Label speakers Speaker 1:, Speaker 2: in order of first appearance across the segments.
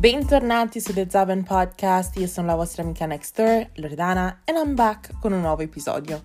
Speaker 1: Bentornati su The Zaven Podcast, io sono la vostra amica next door, Loredana, and I'm back con un nuovo episodio.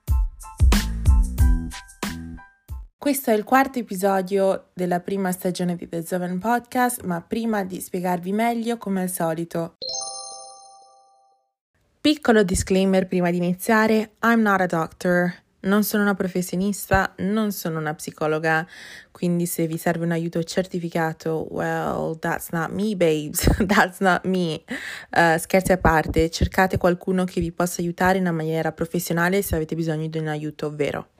Speaker 1: Questo è il quarto episodio della prima stagione di The Zaven Podcast, ma prima di spiegarvi meglio, come al solito, piccolo disclaimer prima di iniziare: I'm not a doctor. Non sono una professionista, non sono una psicologa, quindi se vi serve un aiuto certificato, well, that's not me, babes, that's not me. Scherzi a parte, cercate qualcuno che vi possa aiutare in una maniera professionale se avete bisogno di un aiuto vero.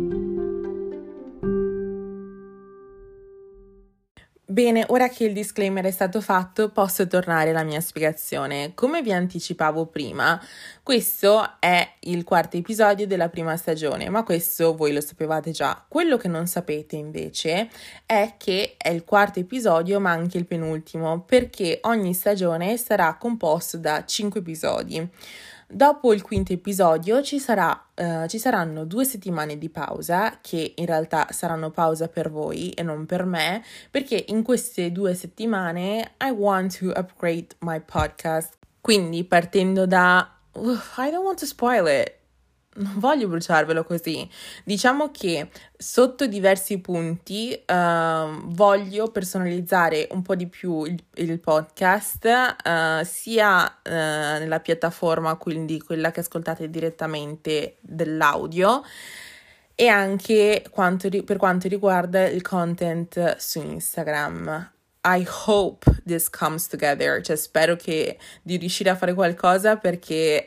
Speaker 1: Bene, ora che il disclaimer è stato fatto, posso tornare alla mia spiegazione. Come vi anticipavo prima, questo è il quarto episodio della prima stagione, ma questo voi lo sapevate già. Quello che non sapete invece è che è il quarto episodio, ma anche il penultimo, perché ogni stagione sarà composto da 5 episodi. Dopo il quinto episodio ci saranno 2 settimane di pausa, che in realtà saranno pausa per voi e non per me, perché in queste 2 settimane I want to upgrade my podcast. Quindi partendo da... I don't want to spoil it. Non voglio bruciarvelo così. Diciamo che sotto diversi punti voglio personalizzare un po' di più il podcast, sia nella piattaforma, quindi quella che ascoltate direttamente dell'audio, e anche per quanto riguarda il content su Instagram. I hope this comes together, cioè spero di riuscire a fare qualcosa perché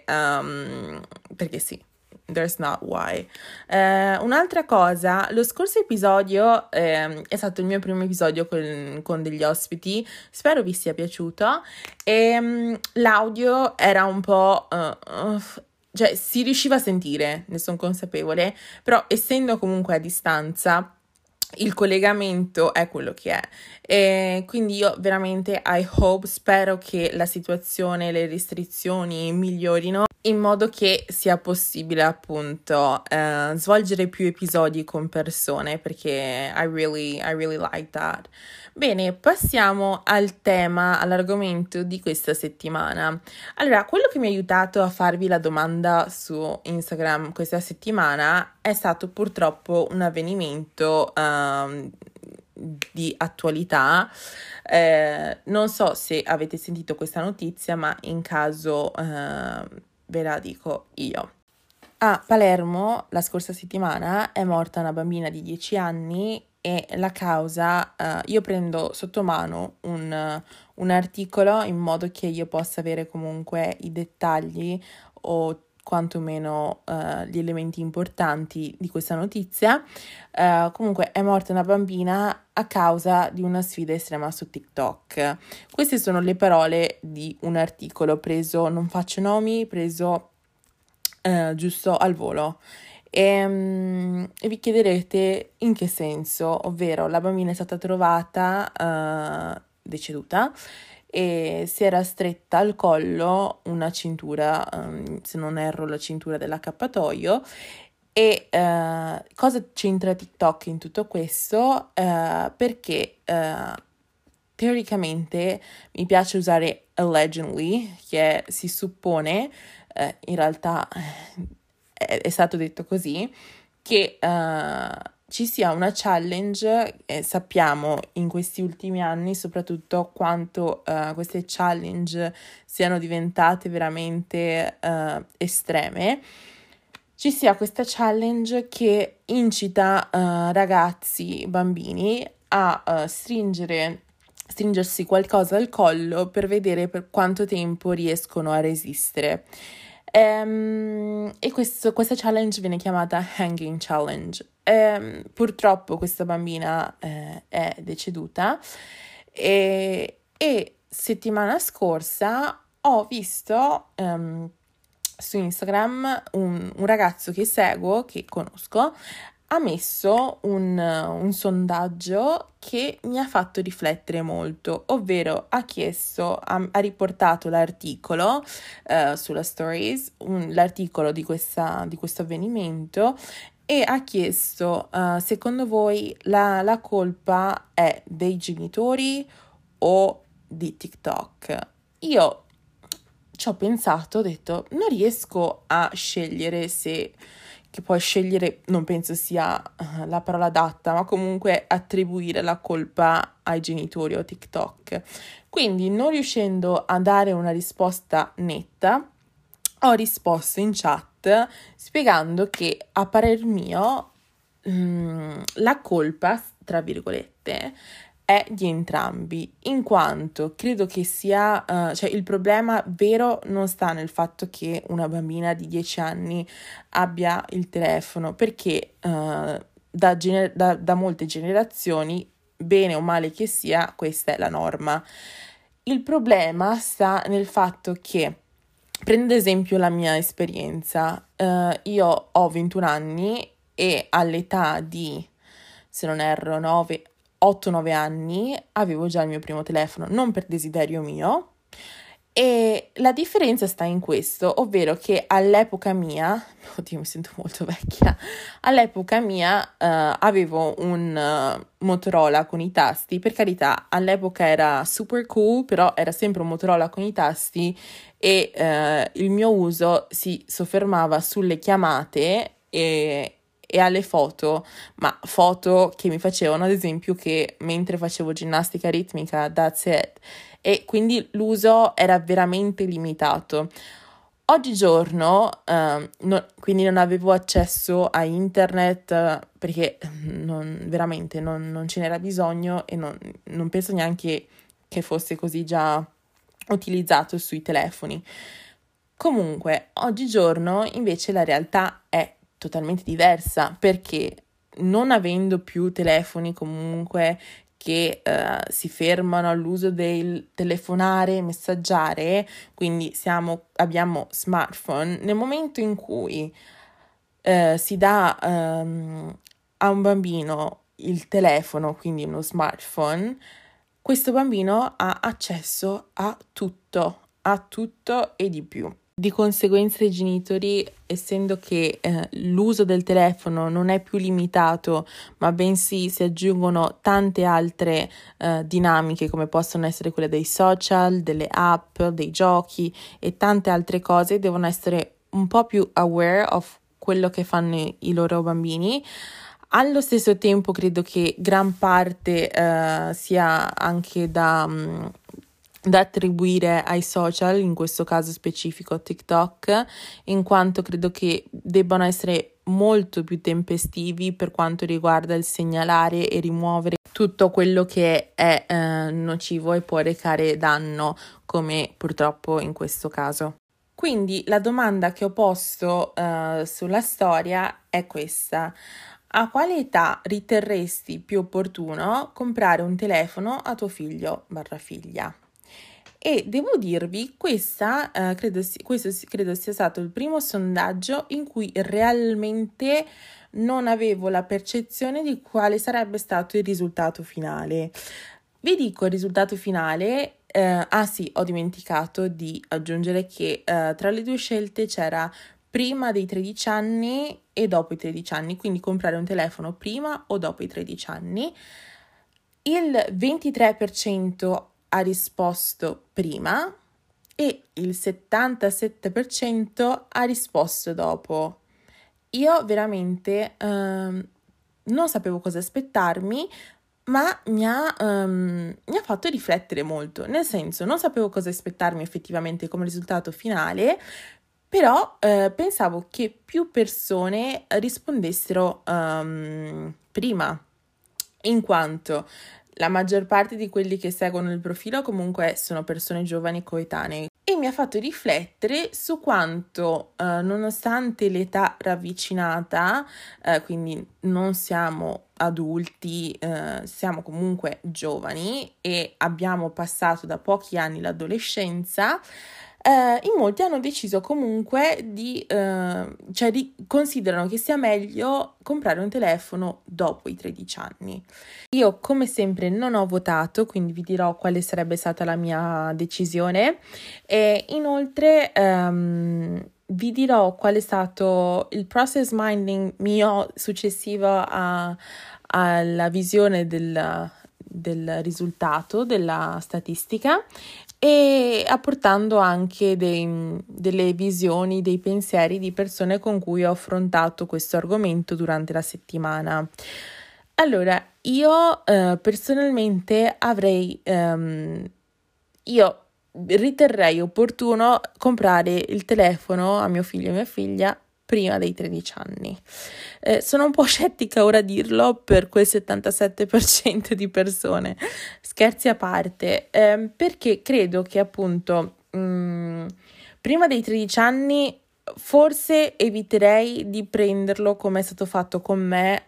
Speaker 1: sì. There's not why. Un'altra cosa, lo scorso episodio è stato il mio primo episodio con degli ospiti, spero vi sia piaciuto, e l'audio era un po'... cioè si riusciva a sentire, ne sono consapevole, però essendo comunque a distanza il collegamento è quello che è, e quindi io veramente spero che la situazione, le restrizioni migliorino in modo che sia possibile appunto svolgere più episodi con persone, perché I really like that. Bene, passiamo all'argomento di questa settimana. Allora, quello che mi ha aiutato a farvi la domanda su Instagram questa settimana è stato purtroppo un avvenimento di attualità. Non so se avete sentito questa notizia, ma in caso ve la dico io. A Palermo la scorsa settimana è morta una bambina di 10 anni e la causa, io prendo sotto mano un articolo in modo che io possa avere comunque i dettagli o quantomeno gli elementi importanti di questa notizia. Comunque è morta una bambina a causa di una sfida estrema su TikTok. Queste sono le parole di un articolo preso, non faccio nomi, preso giusto al volo. E vi chiederete in che senso, ovvero la bambina è stata trovata deceduta e si era stretta al collo una cintura, se non erro la cintura dell'accappatoio. E cosa c'entra TikTok in tutto questo? Perché teoricamente mi piace usare allegedly, che si suppone, in realtà è stato detto così, che ci sia una challenge. Sappiamo in questi ultimi anni soprattutto quanto queste challenge siano diventate veramente estreme. Ci sia questa challenge che incita ragazzi, bambini a stringersi qualcosa al collo per vedere per quanto tempo riescono a resistere. E questa challenge viene chiamata Hanging Challenge. Purtroppo questa bambina è deceduta e settimana scorsa ho visto su Instagram un ragazzo che seguo, che conosco, ha messo un sondaggio che mi ha fatto riflettere molto, ovvero ha riportato l'articolo sulla stories, l'articolo di questo avvenimento, e ha chiesto secondo voi la colpa è dei genitori o di TikTok. Io ci ho pensato, ho detto, non riesco a scegliere se, che poi scegliere non penso sia la parola adatta, ma comunque attribuire la colpa ai genitori o TikTok. Quindi, non riuscendo a dare una risposta netta, ho risposto in chat spiegando che a parer mio la colpa, tra virgolette, è di entrambi, in quanto credo che sia, cioè il problema vero non sta nel fatto che una bambina di 10 anni abbia il telefono, perché da molte generazioni, bene o male che sia, questa è la norma. Il problema sta nel fatto che, prendo ad esempio la mia esperienza, io ho 21 anni e all'età di, se non erro, 8-9 anni avevo già il mio primo telefono, non per desiderio mio, e la differenza sta in questo, ovvero che all'epoca mia, oddio mi sento molto vecchia, all'epoca mia avevo un Motorola con i tasti, per carità all'epoca era super cool, però era sempre un Motorola con i tasti e il mio uso si soffermava sulle chiamate e alle foto, ma foto che mi facevano ad esempio che mentre facevo ginnastica ritmica, that's it, e quindi l'uso era veramente limitato. Oggigiorno, quindi non avevo accesso a internet perché veramente non ce n'era bisogno e non penso neanche che fosse così già utilizzato sui telefoni. Comunque, oggigiorno invece la realtà è totalmente diversa perché non avendo più telefoni comunque che si fermano all'uso del telefonare, messaggiare, quindi abbiamo smartphone, nel momento in cui si dà a un bambino il telefono, quindi uno smartphone, questo bambino ha accesso a tutto e di più. Di conseguenza i genitori, essendo che l'uso del telefono non è più limitato, ma bensì si aggiungono tante altre dinamiche come possono essere quelle dei social, delle app, dei giochi e tante altre cose, devono essere un po' più aware of quello che fanno i loro bambini. Allo stesso tempo credo che gran parte sia anche da attribuire ai social, in questo caso specifico TikTok, in quanto credo che debbano essere molto più tempestivi per quanto riguarda il segnalare e rimuovere tutto quello che è nocivo e può recare danno, come purtroppo in questo caso. Quindi la domanda che ho posto sulla storia è questa: a quale età riterresti più opportuno comprare un telefono a tuo figlio/figlia? E devo dirvi, questo credo sia stato il primo sondaggio in cui realmente non avevo la percezione di quale sarebbe stato il risultato finale. Vi dico il risultato finale. Sì, ho dimenticato di aggiungere che tra le due scelte c'era prima dei 13 anni e dopo i 13 anni, quindi comprare un telefono prima o dopo i 13 anni. Il 23% ha risposto prima e il 77% ha risposto dopo. Io veramente non sapevo cosa aspettarmi, ma mi ha fatto riflettere molto, nel senso non sapevo cosa aspettarmi effettivamente come risultato finale, però pensavo che più persone rispondessero prima, in quanto la maggior parte di quelli che seguono il profilo comunque sono persone giovani coetanee, e mi ha fatto riflettere su quanto nonostante l'età ravvicinata, quindi non siamo adulti, siamo comunque giovani e abbiamo passato da pochi anni l'adolescenza, in molti hanno deciso comunque considerano che sia meglio comprare un telefono dopo i 13 anni. Io come sempre non ho votato, quindi vi dirò quale sarebbe stata la mia decisione e inoltre vi dirò qual è stato il process minding mio successivo alla visione del risultato, della statistica, e apportando anche delle visioni, dei pensieri di persone con cui ho affrontato questo argomento durante la settimana. Allora, io personalmente io riterrei opportuno comprare il telefono a mio figlio e mia figlia prima dei 13 anni. Sono un po' scettica ora a dirlo per quel 77% di persone, scherzi a parte, perché credo che appunto prima dei 13 anni forse eviterei di prenderlo come è stato fatto con me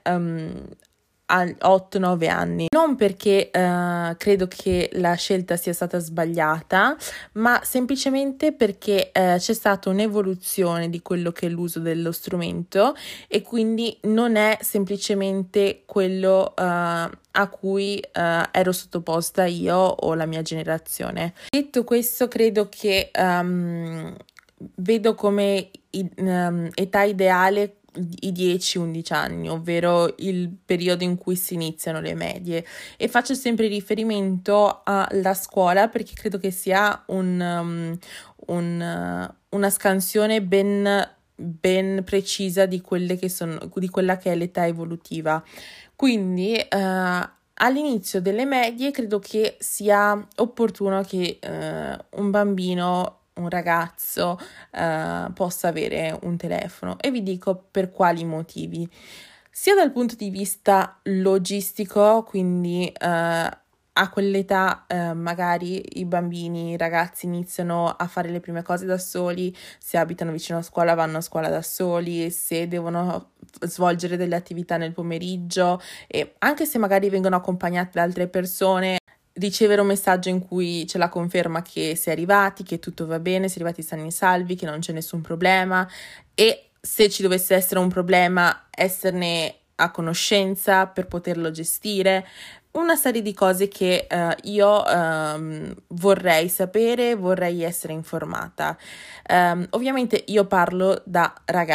Speaker 1: a 8-9 anni. Non perché credo che la scelta sia stata sbagliata, ma semplicemente perché c'è stata un'evoluzione di quello che è l'uso dello strumento e quindi non è semplicemente quello a cui ero sottoposta io o la mia generazione. Detto questo, credo che vedo come età ideale i 10-11 anni, ovvero il periodo in cui si iniziano le medie, e faccio sempre riferimento alla scuola perché credo che sia una scansione ben precisa di quelle che sono, di quella che è l'età evolutiva. Quindi all'inizio delle medie credo che sia opportuno che un bambino, un ragazzo possa avere un telefono, e vi dico per quali motivi. Sia dal punto di vista logistico, quindi a quell'età magari i bambini, i ragazzi iniziano a fare le prime cose da soli, se abitano vicino a scuola vanno a scuola da soli, se devono svolgere delle attività nel pomeriggio, e anche se magari vengono accompagnati da altre persone, ricevere un messaggio in cui c'è la conferma che si è arrivati, che tutto va bene, si è arrivati sani e salvi, che non c'è nessun problema, e se ci dovesse essere un problema esserne a conoscenza per poterlo gestire. Una serie di cose che io vorrei sapere, vorrei essere informata. Ovviamente io parlo da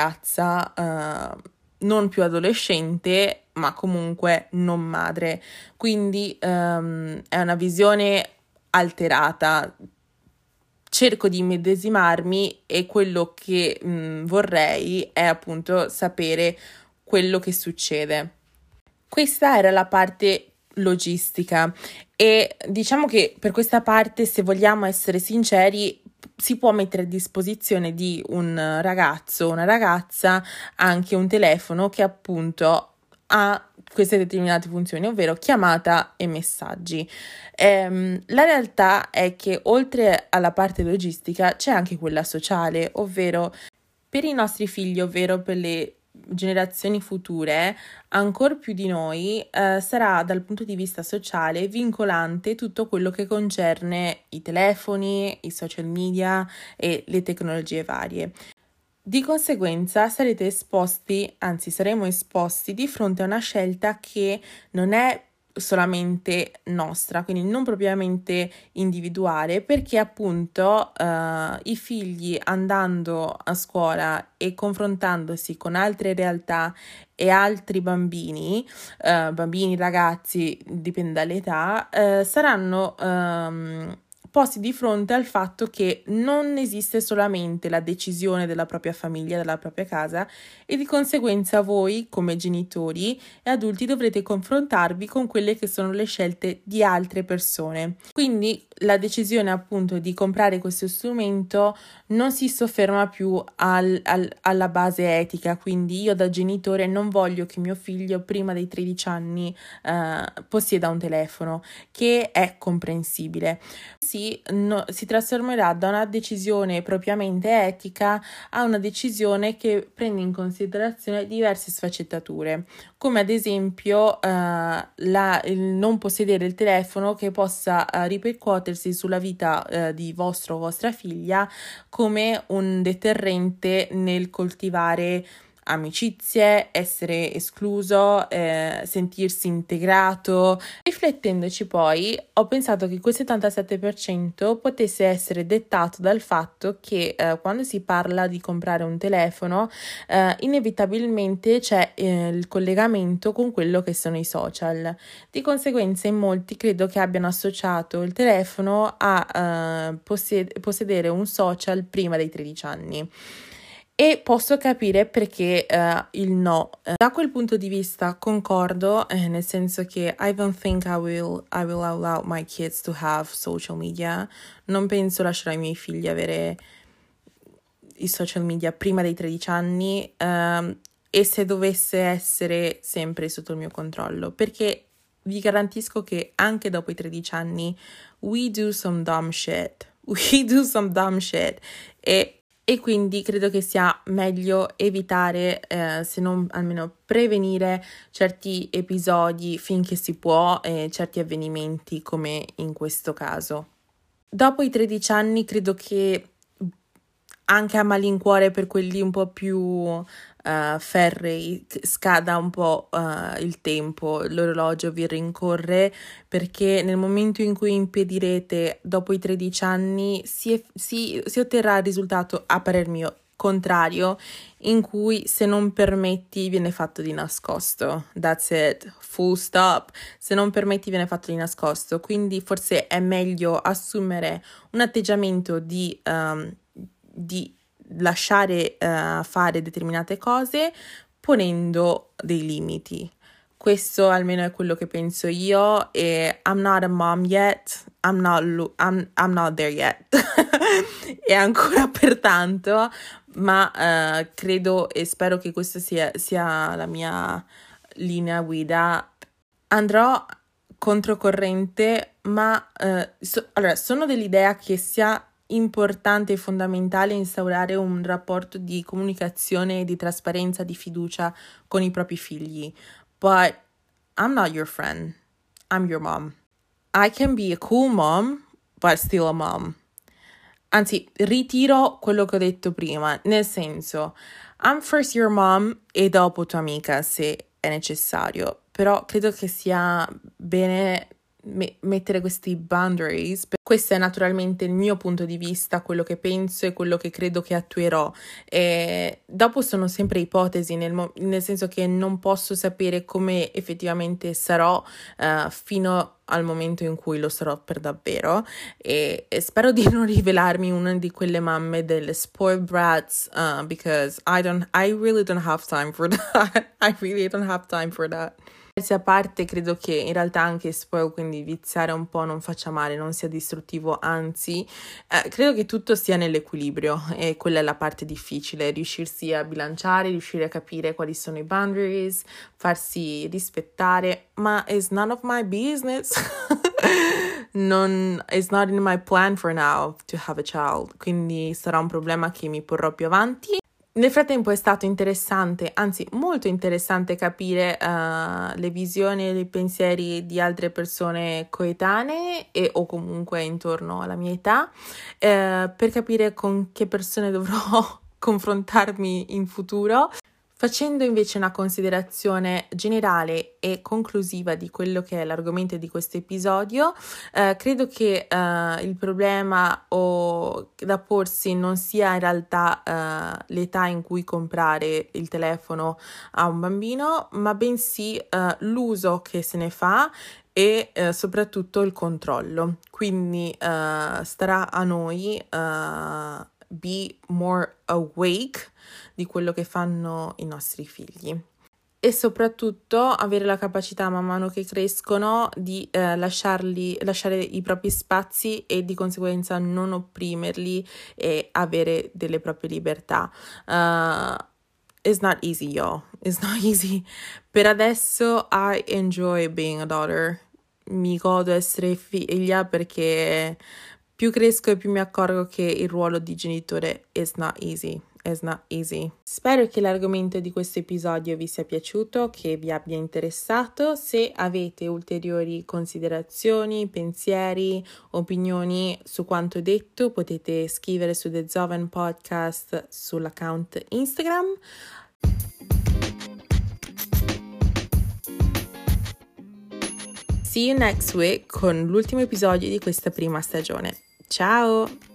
Speaker 1: ragazza, non più adolescente, ma comunque non madre, quindi è una visione alterata. Cerco di immedesimarmi e quello che vorrei è appunto sapere quello che succede. Questa era la parte logistica, e diciamo che per questa parte, se vogliamo essere sinceri, si può mettere a disposizione di un ragazzo o una ragazza anche un telefono che appunto ha queste determinate funzioni, ovvero chiamata e messaggi. La realtà è che oltre alla parte logistica c'è anche quella sociale, ovvero per i nostri figli, ovvero per le generazioni future, ancor più di noi, sarà dal punto di vista sociale vincolante tutto quello che concerne i telefoni, i social media e le tecnologie varie. Di conseguenza saremo esposti di fronte a una scelta che non è solamente nostra, quindi non propriamente individuale, perché appunto i figli, andando a scuola e confrontandosi con altre realtà e altri bambini, ragazzi, dipende dall'età, saranno posti di fronte al fatto che non esiste solamente la decisione della propria famiglia, della propria casa, e di conseguenza voi, come genitori e adulti, dovrete confrontarvi con quelle che sono le scelte di altre persone. Quindi la decisione appunto di comprare questo strumento non si sofferma più alla base etica, quindi io da genitore non voglio che mio figlio prima dei 13 anni possieda un telefono, che è comprensibile. Si trasformerà da una decisione propriamente etica a una decisione che prende in considerazione diverse sfaccettature, come ad esempio il non possedere il telefono, che possa ripercuotersi sulla vita di vostro o vostra figlia come un deterrente nel coltivare amicizie, essere escluso, sentirsi integrato. Riflettendoci poi, ho pensato che quel 77% potesse essere dettato dal fatto che quando si parla di comprare un telefono, inevitabilmente c'è il collegamento con quello che sono i social. Di conseguenza in molti credo che abbiano associato il telefono a possedere un social prima dei 13 anni. E posso capire perché il no. Da quel punto di vista concordo, nel senso che I don't think I will allow my kids to have social media. Non penso lascerò i miei figli avere i social media prima dei 13 anni, e se dovesse essere sempre sotto il mio controllo, perché vi garantisco che anche dopo i 13 anni we do some dumb shit. E quindi credo che sia meglio evitare, se non almeno prevenire certi episodi finché si può, certi avvenimenti come in questo caso. Dopo i 13 anni credo che anche a malincuore per quelli un po' più ferrei scada un po' il tempo, l'orologio vi rincorre, perché nel momento in cui impedirete dopo i 13 anni si otterrà il risultato, a parer mio, contrario, in cui se non permetti viene fatto di nascosto. That's it, full stop. Se non permetti viene fatto di nascosto, quindi forse è meglio assumere un atteggiamento di lasciare fare determinate cose ponendo dei limiti. Questo almeno è quello che penso io, e I'm not a mom yet, I'm not there yet. E ancora pertanto, ma credo e spero che questa sia la mia linea guida. Andrò controcorrente, ma allora sono dell'idea che sia importante e fondamentale instaurare un rapporto di comunicazione, di trasparenza, di fiducia con i propri figli. But I'm not your friend. I'm your mom. I can be a cool mom, but still a mom. Anzi, ritiro quello che ho detto prima, nel senso, I'm first your mom e dopo tua amica se è necessario. Però credo che sia bene mettere questi boundaries. Questo è naturalmente il mio punto di vista, quello che penso e quello che credo che attuerò. E dopo sono sempre ipotesi, nel senso che non posso sapere come effettivamente sarò fino al momento in cui lo sarò per davvero, e spero di non rivelarmi una di quelle mamme delle spoiled brats, because I really don't have time for that. I really don't have time for that. A parte, credo che in realtà anche spoil, quindi viziare un po' non faccia male, non sia distruttivo, anzi credo che tutto stia nell'equilibrio, e quella è la parte difficile, riuscirsi a bilanciare, riuscire a capire quali sono i boundaries, farsi rispettare, ma it's none of my business. It's not in my plan for now to have a child, quindi sarà un problema che mi porrò più avanti. Nel frattempo è stato interessante, anzi molto interessante, capire le visioni e i pensieri di altre persone coetanee o comunque intorno alla mia età, per capire con che persone dovrò confrontarmi in futuro. Facendo invece una considerazione generale e conclusiva di quello che è l'argomento di questo episodio, credo che il problema da porsi non sia in realtà l'età in cui comprare il telefono a un bambino, ma bensì l'uso che se ne fa e soprattutto il controllo. Quindi starà a noi be more awake di quello che fanno i nostri figli, e soprattutto avere la capacità man mano che crescono di lasciare i propri spazi e di conseguenza non opprimerli e avere delle proprie libertà. It's not easy, y'all. It's not easy. Per adesso I enjoy being a daughter. Mi godo essere figlia, perché più cresco e più mi accorgo che il ruolo di genitore is not easy. It's not easy. Spero che l'argomento di questo episodio vi sia piaciuto, che vi abbia interessato. Se avete ulteriori considerazioni, pensieri, opinioni su quanto detto, potete scrivere su The Zoven Podcast sull'account Instagram. See you next week con l'ultimo episodio di questa prima stagione. Ciao!